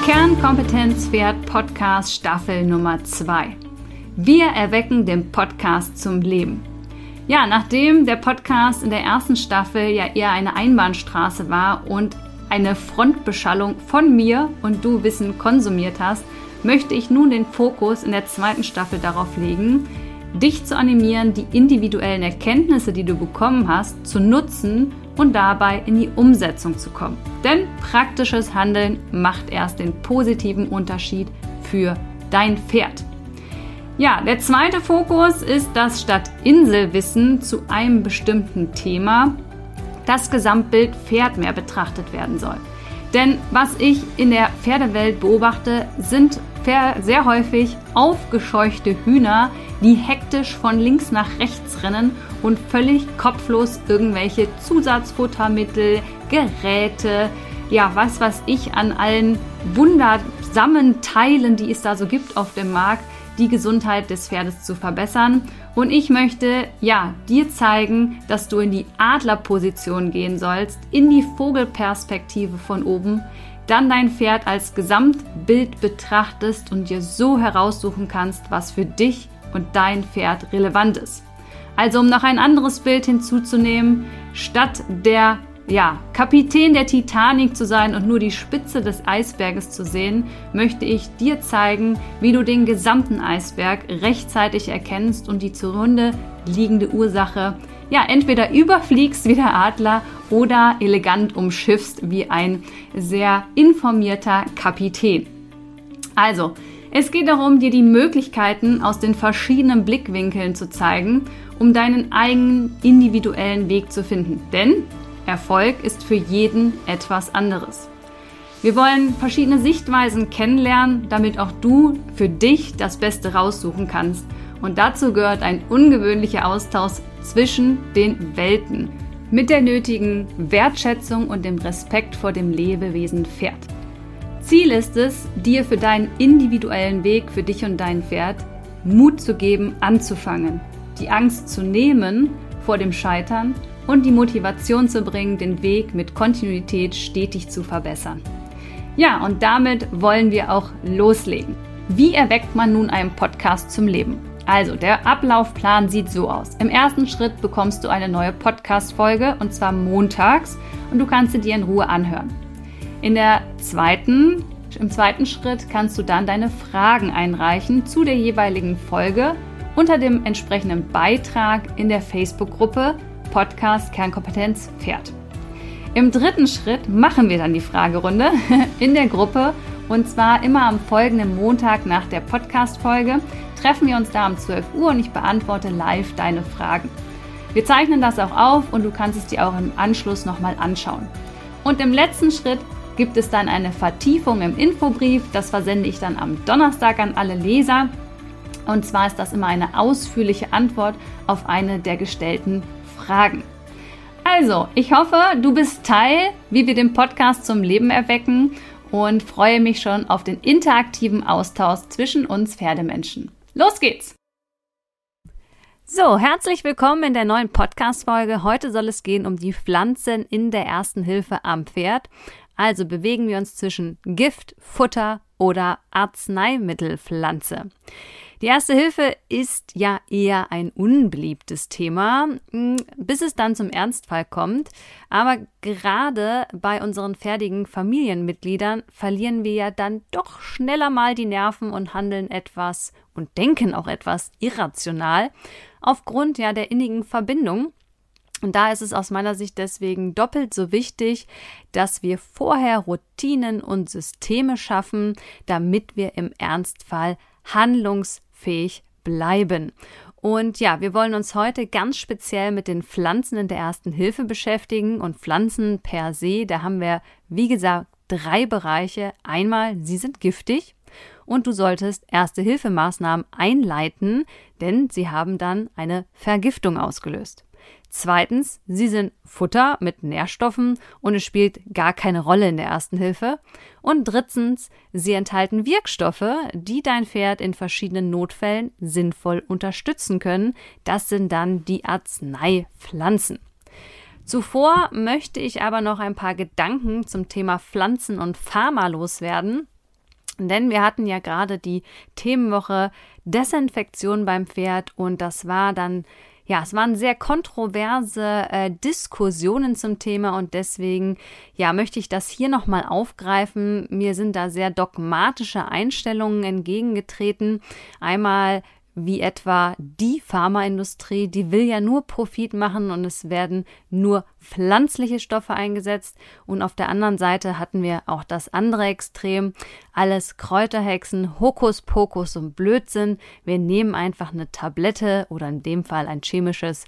Kernkompetenz Pferd Podcast Staffel Nummer 2. Wir erwecken den Podcast zum Leben. Ja, nachdem der Podcast in der ersten Staffel ja eher eine Einbahnstraße war und eine Frontbeschallung von mir und du Wissen konsumiert hast, möchte ich nun den Fokus in der zweiten Staffel darauf legen, dich zu animieren, die individuellen Erkenntnisse, die du bekommen hast, zu nutzen und dabei in die Umsetzung zu kommen. Denn praktisches Handeln macht erst den positiven Unterschied für dein Pferd. Ja, der zweite Fokus ist, dass statt Inselwissen zu einem bestimmten Thema das Gesamtbild Pferd mehr betrachtet werden soll. Denn was ich in der Pferdewelt beobachte, sind sehr häufig aufgescheuchte Hühner, die hektisch von links nach rechts rennen und völlig kopflos irgendwelche Zusatzfuttermittel, Geräte, ja, was weiß ich, an allen wundersamen Teilen, die es da so gibt auf dem Markt, die Gesundheit des Pferdes zu verbessern. Und ich möchte, ja, dir zeigen, dass du in die Adlerposition gehen sollst, in die Vogelperspektive von oben, dann dein Pferd als Gesamtbild betrachtest und dir so heraussuchen kannst, was für dich und dein Pferd relevant ist. Also um noch ein anderes Bild hinzuzunehmen, statt der Kapitän der Titanic zu sein und nur die Spitze des Eisberges zu sehen, möchte ich dir zeigen, wie du den gesamten Eisberg rechtzeitig erkennst und die zugrunde liegende Ursache entweder überfliegst wie der Adler oder elegant umschiffst wie ein sehr informierter Kapitän. Also, es geht darum, dir die Möglichkeiten aus den verschiedenen Blickwinkeln zu zeigen, um deinen eigenen individuellen Weg zu finden. Denn Erfolg ist für jeden etwas anderes. Wir wollen verschiedene Sichtweisen kennenlernen, damit auch du für dich das Beste raussuchen kannst. Und dazu gehört ein ungewöhnlicher Austausch zwischen den Welten mit der nötigen Wertschätzung und dem Respekt vor dem Lebewesen Pferd. Ziel ist es, dir für deinen individuellen Weg für dich und dein Pferd Mut zu geben, anzufangen, die Angst zu nehmen vor dem Scheitern und die Motivation zu bringen, den Weg mit Kontinuität stetig zu verbessern. Ja, und damit wollen wir auch loslegen. Wie erweckt man nun einen Podcast zum Leben? Also, der Ablaufplan sieht so aus. Im ersten Schritt bekommst du eine neue Podcast-Folge und zwar montags und du kannst sie dir in Ruhe anhören. Im zweiten Schritt kannst du dann deine Fragen einreichen zu der jeweiligen Folge unter dem entsprechenden Beitrag in der Facebook-Gruppe Podcast Kernkompetenz Pferd. Im dritten Schritt machen wir dann die Fragerunde in der Gruppe und zwar immer am folgenden Montag nach der Podcast-Folge treffen wir uns da um 12 Uhr und ich beantworte live deine Fragen. Wir zeichnen das auch auf und du kannst es dir auch im Anschluss nochmal anschauen. Und im letzten Schritt gibt es dann eine Vertiefung im Infobrief, das versende ich dann am Donnerstag an alle Leser und zwar ist das immer eine ausführliche Antwort auf eine der gestellten Fragen. Also, ich hoffe, du bist Teil, wie wir den Podcast zum Leben erwecken und freue mich schon auf den interaktiven Austausch zwischen uns Pferdemenschen. Los geht's! So, herzlich willkommen in der neuen Podcast-Folge. Heute soll es gehen um die Pflanzen in der Ersten Hilfe am Pferd. Also bewegen wir uns zwischen Gift, Futter oder Arzneimittelpflanze. Die Erste Hilfe ist ja eher ein unbeliebtes Thema, bis es dann zum Ernstfall kommt. Aber gerade bei unseren fertigen Familienmitgliedern verlieren wir ja dann doch schneller mal die Nerven und handeln etwas und denken auch etwas irrational aufgrund der innigen Verbindung. Und da ist es aus meiner Sicht deswegen doppelt so wichtig, dass wir vorher Routinen und Systeme schaffen, damit wir im Ernstfall handlungsfähig bleiben. Und ja, wir wollen uns heute ganz speziell mit den Pflanzen in der Ersten Hilfe beschäftigen und Pflanzen per se, da haben wir, wie gesagt, 3 Bereiche. Einmal, sie sind giftig und du solltest Erste-Hilfe-Maßnahmen einleiten, denn sie haben dann eine Vergiftung ausgelöst. Zweitens, sie sind Futter mit Nährstoffen und es spielt gar keine Rolle in der Ersten Hilfe. Und drittens, sie enthalten Wirkstoffe, die dein Pferd in verschiedenen Notfällen sinnvoll unterstützen können. Das sind dann die Arzneipflanzen. Zuvor möchte ich aber noch ein paar Gedanken zum Thema Pflanzen und Pharma loswerden. Denn wir hatten ja gerade die Themenwoche Desinfektion beim Pferd und das war dann, ja, es waren sehr kontroverse Diskussionen zum Thema und deswegen, ja, möchte ich das hier nochmal aufgreifen. Mir sind da sehr dogmatische Einstellungen entgegengetreten. Einmal wie etwa die Pharmaindustrie, die will ja nur Profit machen und es werden nur pflanzliche Stoffe eingesetzt. Und auf der anderen Seite hatten wir auch das andere Extrem, alles Kräuterhexen, Hokuspokus und Blödsinn. Wir nehmen einfach eine Tablette oder in dem Fall ein chemisches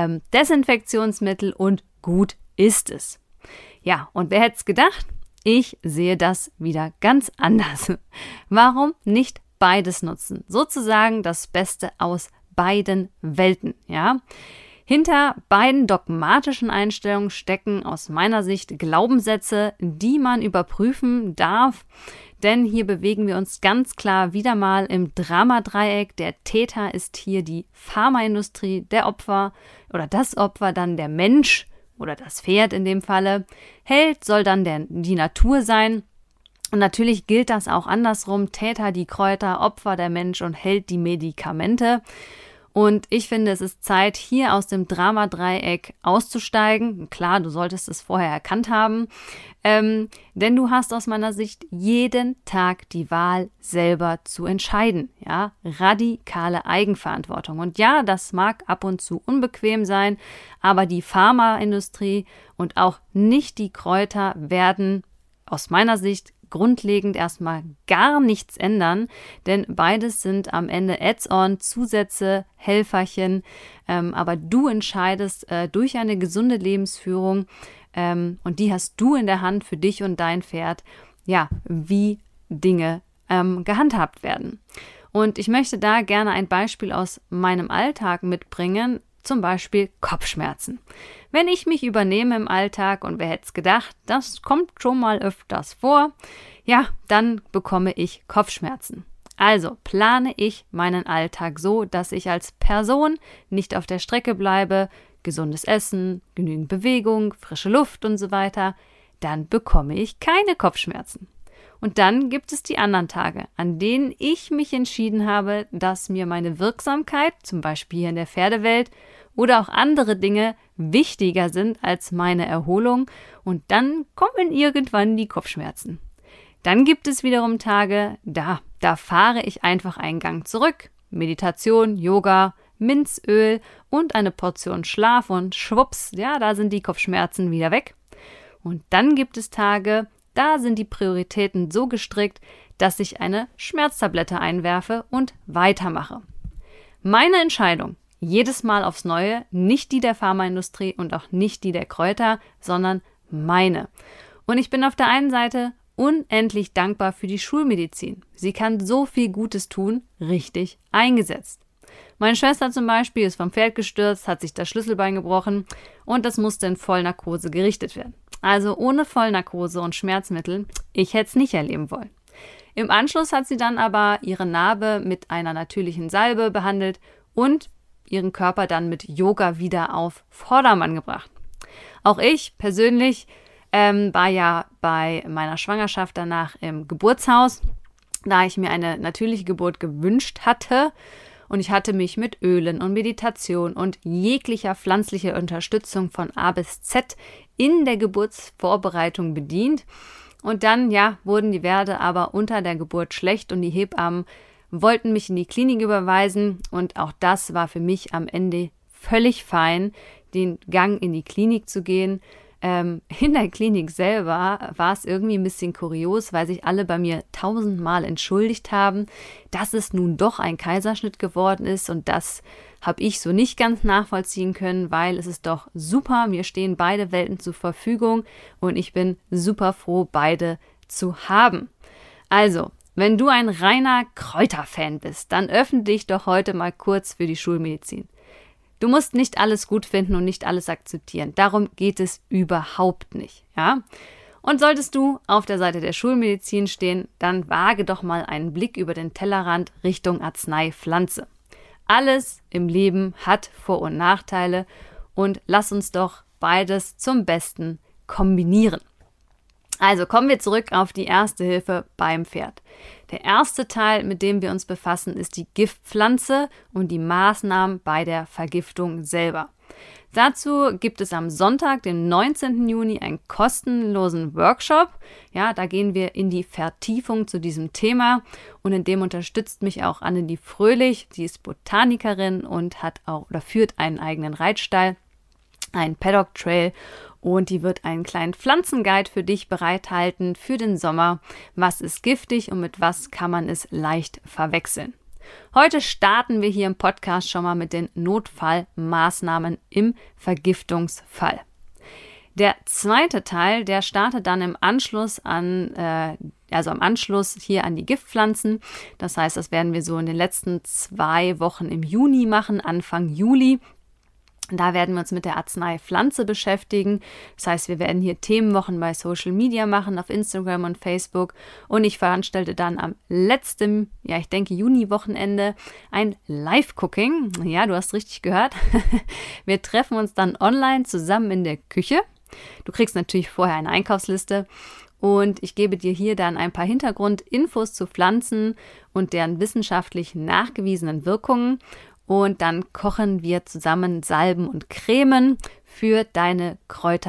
Desinfektionsmittel und gut ist es. Ja, und wer hätte es gedacht? Ich sehe das wieder ganz anders. Warum nicht beides nutzen? Sozusagen das Beste aus beiden Welten, ja? Hinter beiden dogmatischen Einstellungen stecken aus meiner Sicht Glaubenssätze, die man überprüfen darf, denn hier bewegen wir uns ganz klar wieder mal im Dramadreieck. Der Täter ist hier die Pharmaindustrie, der Opfer oder das Opfer dann der Mensch oder das Pferd in dem Falle. Held soll dann die Natur sein. Und natürlich gilt das auch andersrum. Täter die Kräuter, Opfer der Mensch und Held die Medikamente. Und ich finde, es ist Zeit, hier aus dem Dramadreieck auszusteigen. Klar, du solltest es vorher erkannt haben. Denn du hast aus meiner Sicht jeden Tag die Wahl, selber zu entscheiden. Ja, radikale Eigenverantwortung. Und ja, das mag ab und zu unbequem sein, aber die Pharmaindustrie und auch nicht die Kräuter werden aus meiner Sicht grundlegend erstmal gar nichts ändern, denn beides sind am Ende Add-on, Zusätze, Helferchen, aber du entscheidest durch eine gesunde Lebensführung und die hast du in der Hand für dich und dein Pferd, ja, wie Dinge gehandhabt werden. Und ich möchte da gerne ein Beispiel aus meinem Alltag mitbringen, zum Beispiel Kopfschmerzen. Wenn ich mich übernehme im Alltag und wer hätte es gedacht, das kommt schon mal öfters vor, ja, dann bekomme ich Kopfschmerzen. Also plane ich meinen Alltag so, dass ich als Person nicht auf der Strecke bleibe, gesundes Essen, genügend Bewegung, frische Luft und so weiter, dann bekomme ich keine Kopfschmerzen. Und dann gibt es die anderen Tage, an denen ich mich entschieden habe, dass mir meine Wirksamkeit, zum Beispiel hier in der Pferdewelt, oder auch andere Dinge wichtiger sind als meine Erholung und dann kommen irgendwann die Kopfschmerzen. Dann gibt es wiederum Tage, da fahre ich einfach einen Gang zurück. Meditation, Yoga, Minzöl und eine Portion Schlaf und schwupps, ja, da sind die Kopfschmerzen wieder weg. Und dann gibt es Tage, da sind die Prioritäten so gestrickt, dass ich eine Schmerztablette einwerfe und weitermache. Meine Entscheidung, jedes Mal aufs Neue, nicht die der Pharmaindustrie und auch nicht die der Kräuter, sondern meine. Und ich bin auf der einen Seite unendlich dankbar für die Schulmedizin. Sie kann so viel Gutes tun, richtig eingesetzt. Meine Schwester zum Beispiel ist vom Pferd gestürzt, hat sich das Schlüsselbein gebrochen und das musste in Vollnarkose gerichtet werden. Also ohne Vollnarkose und Schmerzmittel, ich hätte es nicht erleben wollen. Im Anschluss hat sie dann aber ihre Narbe mit einer natürlichen Salbe behandelt und ihren Körper dann mit Yoga wieder auf Vordermann gebracht. Auch ich persönlich war ja bei meiner Schwangerschaft danach im Geburtshaus, da ich mir eine natürliche Geburt gewünscht hatte und ich hatte mich mit Ölen und Meditation und jeglicher pflanzlicher Unterstützung von A bis Z in der Geburtsvorbereitung bedient und dann, ja, wurden die Werte aber unter der Geburt schlecht und die Hebammen wollten mich in die Klinik überweisen und auch das war für mich am Ende völlig fein, den Gang in die Klinik zu gehen. In der Klinik selber war es irgendwie ein bisschen kurios, weil sich alle bei mir 1000-mal entschuldigt haben, dass es nun doch ein Kaiserschnitt geworden ist und das habe ich so nicht ganz nachvollziehen können, weil es ist doch super, mir stehen beide Welten zur Verfügung und ich bin super froh, beide zu haben. Also, wenn du ein reiner Kräuterfan bist, dann öffne dich doch heute mal kurz für die Schulmedizin. Du musst nicht alles gut finden und nicht alles akzeptieren. Darum geht es überhaupt nicht, ja? Und solltest du auf der Seite der Schulmedizin stehen, dann wage doch mal einen Blick über den Tellerrand Richtung Arzneipflanze. Alles im Leben hat Vor- und Nachteile und lass uns doch beides zum Besten kombinieren. Also kommen wir zurück auf die Erste Hilfe beim Pferd. Der erste Teil, mit dem wir uns befassen, ist die Giftpflanze und die Maßnahmen bei der Vergiftung selber. Dazu gibt es am Sonntag, den 19. Juni, einen kostenlosen Workshop. Ja, da gehen wir in die Vertiefung zu diesem Thema und in dem unterstützt mich auch Annelie Fröhlich. Sie ist Botanikerin und hat auch oder führt einen eigenen Reitstall, einen Paddock Trail, und die wird einen kleinen Pflanzenguide für dich bereithalten für den Sommer. Was ist giftig und mit was kann man es leicht verwechseln? Heute starten wir hier im Podcast schon mal mit den Notfallmaßnahmen im Vergiftungsfall. Der zweite Teil, der startet dann im Anschluss am Anschluss hier an die Giftpflanzen. Das heißt, das werden wir so in den letzten 2 Wochen im Juni machen, Anfang Juli. Da werden wir uns mit der Arznei Pflanze beschäftigen. Das heißt, wir werden hier Themenwochen bei Social Media machen, auf Instagram und Facebook. Und ich veranstalte dann am letzten, Juni-Wochenende ein Live-Cooking. Ja, du hast richtig gehört. Wir treffen uns dann online zusammen in der Küche. Du kriegst natürlich vorher eine Einkaufsliste. Und ich gebe dir hier dann ein paar Hintergrundinfos zu Pflanzen und deren wissenschaftlich nachgewiesenen Wirkungen. Und dann kochen wir zusammen Salben und Cremen für deine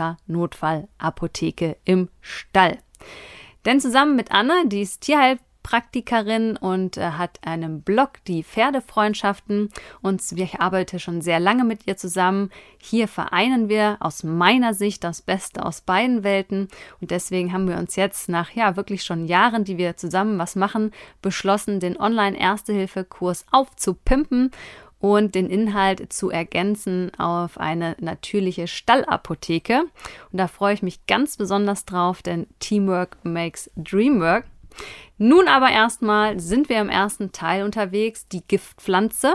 Kräuternotfallapotheke im Stall. Denn zusammen mit Anne, die ist Tierheilpraktikerin und hat einen Blog, die Pferdefreundschaften, und ich arbeite schon sehr lange mit ihr zusammen. Hier vereinen wir aus meiner Sicht das Beste aus beiden Welten und deswegen haben wir uns jetzt nach wirklich schon Jahren, die wir zusammen was machen, beschlossen, den Online-Erste-Hilfe-Kurs aufzupimpen und den Inhalt zu ergänzen auf eine natürliche Stallapotheke. Und da freue ich mich ganz besonders drauf, denn Teamwork makes Dreamwork. Nun aber erstmal sind wir im ersten Teil unterwegs, die Giftpflanze.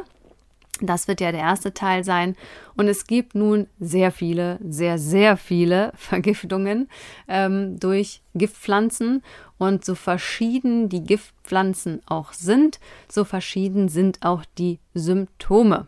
Das wird ja der erste Teil sein. Und es gibt nun sehr viele, sehr, sehr viele Vergiftungen durch Giftpflanzen. Und so verschieden die Giftpflanzen auch sind, so verschieden sind auch die Symptome.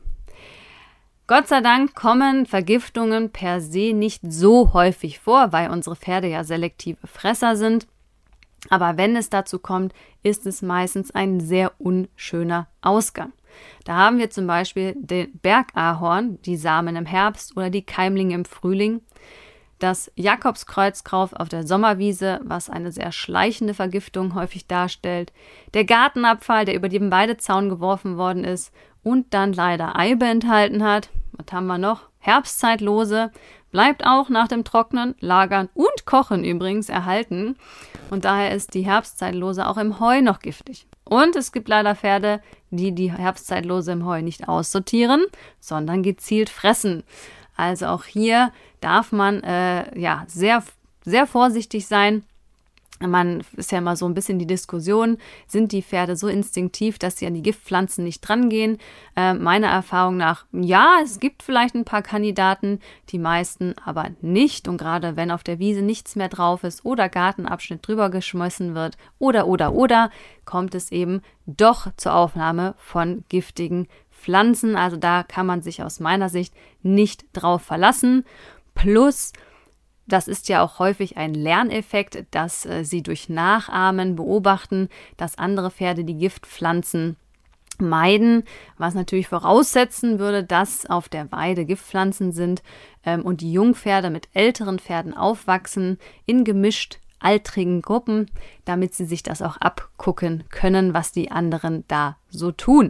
Gott sei Dank kommen Vergiftungen per se nicht so häufig vor, weil unsere Pferde ja selektive Fresser sind. Aber wenn es dazu kommt, ist es meistens ein sehr unschöner Ausgang. Da haben wir zum Beispiel den Bergahorn, die Samen im Herbst oder die Keimlinge im Frühling. Das Jakobskreuzkraut auf der Sommerwiese, was eine sehr schleichende Vergiftung häufig darstellt. Der Gartenabfall, der über den Weidezaun geworfen worden ist und dann leider Eibe enthalten hat. Was haben wir noch? Herbstzeitlose, bleibt auch nach dem Trocknen, Lagern und Kochen übrigens erhalten. Und daher ist die Herbstzeitlose auch im Heu noch giftig. Und es gibt leider Pferde, die Herbstzeitlose im Heu nicht aussortieren, sondern gezielt fressen. Also auch hier darf man sehr, sehr vorsichtig sein. Man ist ja immer so ein bisschen die Diskussion, sind die Pferde so instinktiv, dass sie an die Giftpflanzen nicht drangehen? Meiner Erfahrung nach, ja, es gibt vielleicht ein paar Kandidaten, die meisten aber nicht. Und gerade wenn auf der Wiese nichts mehr drauf ist oder Gartenabschnitt drüber geschmissen wird oder, kommt es eben doch zur Aufnahme von giftigen Pflanzen. Also da kann man sich aus meiner Sicht nicht drauf verlassen. Plus, das ist ja auch häufig ein Lerneffekt, dass sie durch Nachahmen beobachten, dass andere Pferde die Giftpflanzen meiden, was natürlich voraussetzen würde, dass auf der Weide Giftpflanzen sind und die Jungpferde mit älteren Pferden aufwachsen in gemischt altrigen Gruppen, damit sie sich das auch abgucken können, was die anderen da so tun.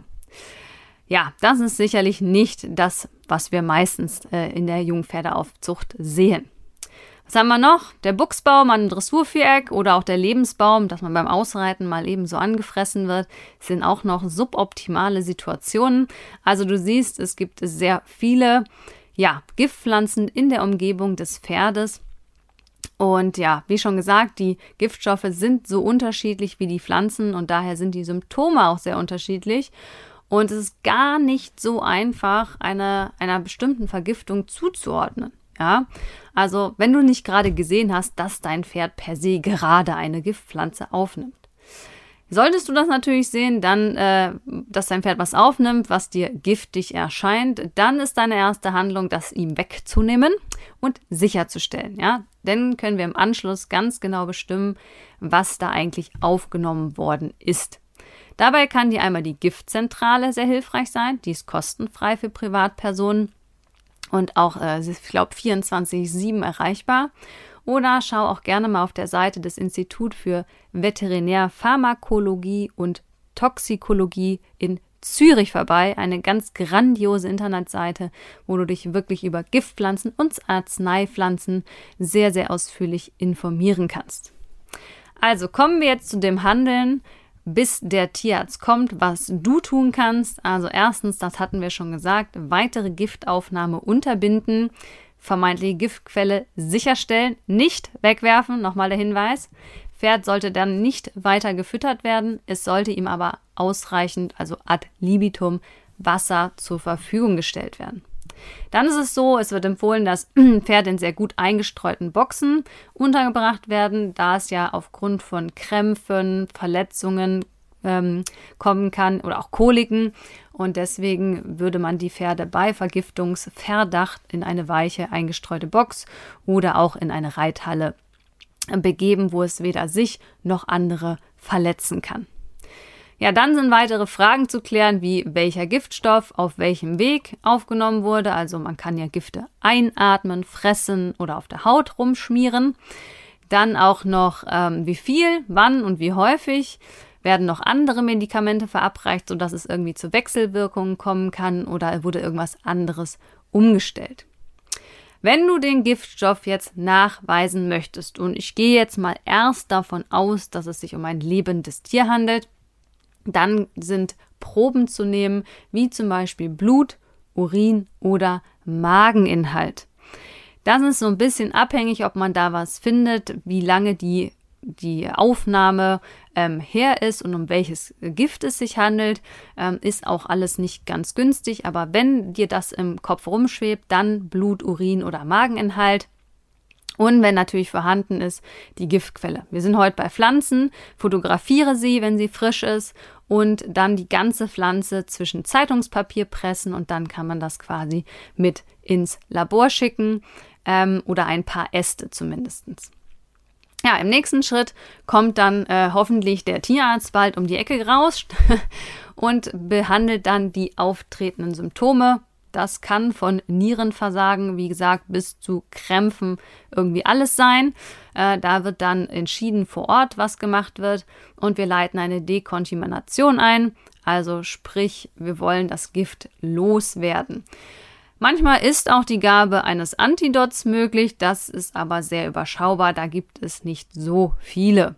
Ja, das ist sicherlich nicht das, was wir meistens in der Jungpferdeaufzucht sehen. Was haben wir noch? Der Buchsbaum an einem Dressurviereck oder auch der Lebensbaum, dass man beim Ausreiten mal eben so angefressen wird, sind auch noch suboptimale Situationen. Also du siehst, es gibt sehr viele Giftpflanzen in der Umgebung des Pferdes. Und ja, wie schon gesagt, die Giftstoffe sind so unterschiedlich wie die Pflanzen und daher sind die Symptome auch sehr unterschiedlich. Und es ist gar nicht so einfach, einer bestimmten Vergiftung zuzuordnen. Ja, also wenn du nicht gerade gesehen hast, dass dein Pferd per se gerade eine Giftpflanze aufnimmt. Solltest du das natürlich sehen, dann, dass dein Pferd was aufnimmt, was dir giftig erscheint, dann ist deine erste Handlung, das ihm wegzunehmen und sicherzustellen. Ja? Dann können wir im Anschluss ganz genau bestimmen, was da eigentlich aufgenommen worden ist. Dabei kann dir einmal die Giftzentrale sehr hilfreich sein. Die ist kostenfrei für Privatpersonen und auch, ich glaube, 24/7 erreichbar. Oder schau auch gerne mal auf der Seite des Instituts für Veterinärpharmakologie und Toxikologie in Zürich vorbei. Eine ganz grandiose Internetseite, wo du dich wirklich über Giftpflanzen und Arzneipflanzen sehr, sehr ausführlich informieren kannst. Also kommen wir jetzt zu dem Handeln, bis der Tierarzt kommt, was du tun kannst. Also erstens, das hatten wir schon gesagt, weitere Giftaufnahme unterbinden, vermeintliche Giftquelle sicherstellen, nicht wegwerfen, nochmal der Hinweis. Pferd sollte dann nicht weiter gefüttert werden, es sollte ihm aber ausreichend, also ad libitum, Wasser zur Verfügung gestellt werden. Dann ist es so, es wird empfohlen, dass Pferde in sehr gut eingestreuten Boxen untergebracht werden, da es ja aufgrund von Krämpfen, Verletzungen kommen kann oder auch Koliken. Und deswegen würde man die Pferde bei Vergiftungsverdacht in eine weiche eingestreute Box oder auch in eine Reithalle begeben, wo es weder sich noch andere verletzen kann. Ja, dann sind weitere Fragen zu klären, wie welcher Giftstoff auf welchem Weg aufgenommen wurde. Also man kann ja Gifte einatmen, fressen oder auf der Haut rumschmieren. Dann auch noch, wie viel, wann und wie häufig. Werden noch andere Medikamente verabreicht, sodass es irgendwie zu Wechselwirkungen kommen kann oder wurde irgendwas anderes umgestellt. Wenn du den Giftstoff jetzt nachweisen möchtest, und ich gehe jetzt mal erst davon aus, dass es sich um ein lebendes Tier handelt, dann sind Proben zu nehmen, wie zum Beispiel Blut, Urin oder Mageninhalt. Das ist so ein bisschen abhängig, ob man da was findet, wie lange die Aufnahme her ist und um welches Gift es sich handelt, ist auch alles nicht ganz günstig. Aber wenn dir das im Kopf rumschwebt, dann Blut, Urin oder Mageninhalt. Und wenn natürlich vorhanden ist, die Giftquelle. Wir sind heute bei Pflanzen, fotografiere sie, wenn sie frisch ist und dann die ganze Pflanze zwischen Zeitungspapier pressen und dann kann man das quasi mit ins Labor schicken oder ein paar Äste zumindest. Ja, im nächsten Schritt kommt dann hoffentlich der Tierarzt bald um die Ecke gerauscht und behandelt dann die auftretenden Symptome. Das kann von Nierenversagen, wie gesagt, bis zu Krämpfen irgendwie alles sein. Da wird dann entschieden vor Ort, was gemacht wird und wir leiten eine Dekontamination ein. Also sprich, wir wollen das Gift loswerden. Manchmal ist auch die Gabe eines Antidots möglich, das ist aber sehr überschaubar, da gibt es nicht so viele.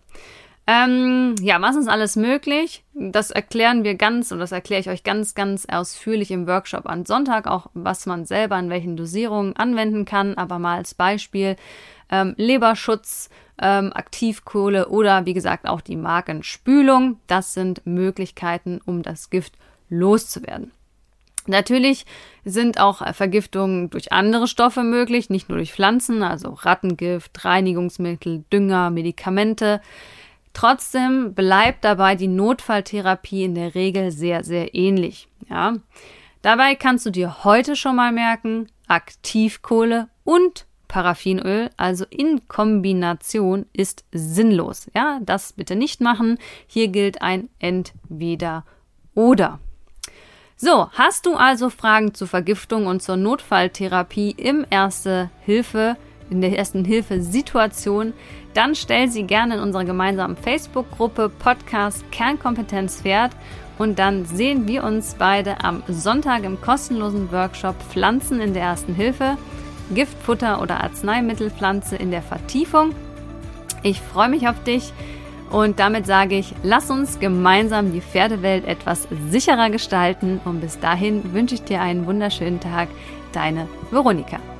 Was ist alles möglich? Das erklären wir das erkläre ich euch ganz, ganz ausführlich im Workshop am Sonntag, auch was man selber in welchen Dosierungen anwenden kann, aber mal als Beispiel Leberschutz, Aktivkohle oder wie gesagt auch die Magenspülung, das sind Möglichkeiten, um das Gift loszuwerden. Natürlich sind auch Vergiftungen durch andere Stoffe möglich, nicht nur durch Pflanzen, also Rattengift, Reinigungsmittel, Dünger, Medikamente. Trotzdem bleibt dabei die Notfalltherapie in der Regel sehr, sehr ähnlich. Ja? Dabei kannst du dir heute schon mal merken, Aktivkohle und Paraffinöl, also in Kombination, ist sinnlos. Ja? Das bitte nicht machen. Hier gilt ein Entweder-Oder. So, hast du also Fragen zur Vergiftung und zur Notfalltherapie in der Ersten-Hilfe-Situation, dann stell sie gerne in unserer gemeinsamen Facebook-Gruppe Podcast Kernkompetenz Pferd und dann sehen wir uns beide am Sonntag im kostenlosen Workshop Pflanzen in der Ersten Hilfe, Giftfutter oder Arzneimittelpflanze in der Vertiefung. Ich freue mich auf dich. Und damit sage ich, lass uns gemeinsam die Pferdewelt etwas sicherer gestalten und bis dahin wünsche ich dir einen wunderschönen Tag. Deine Veronika.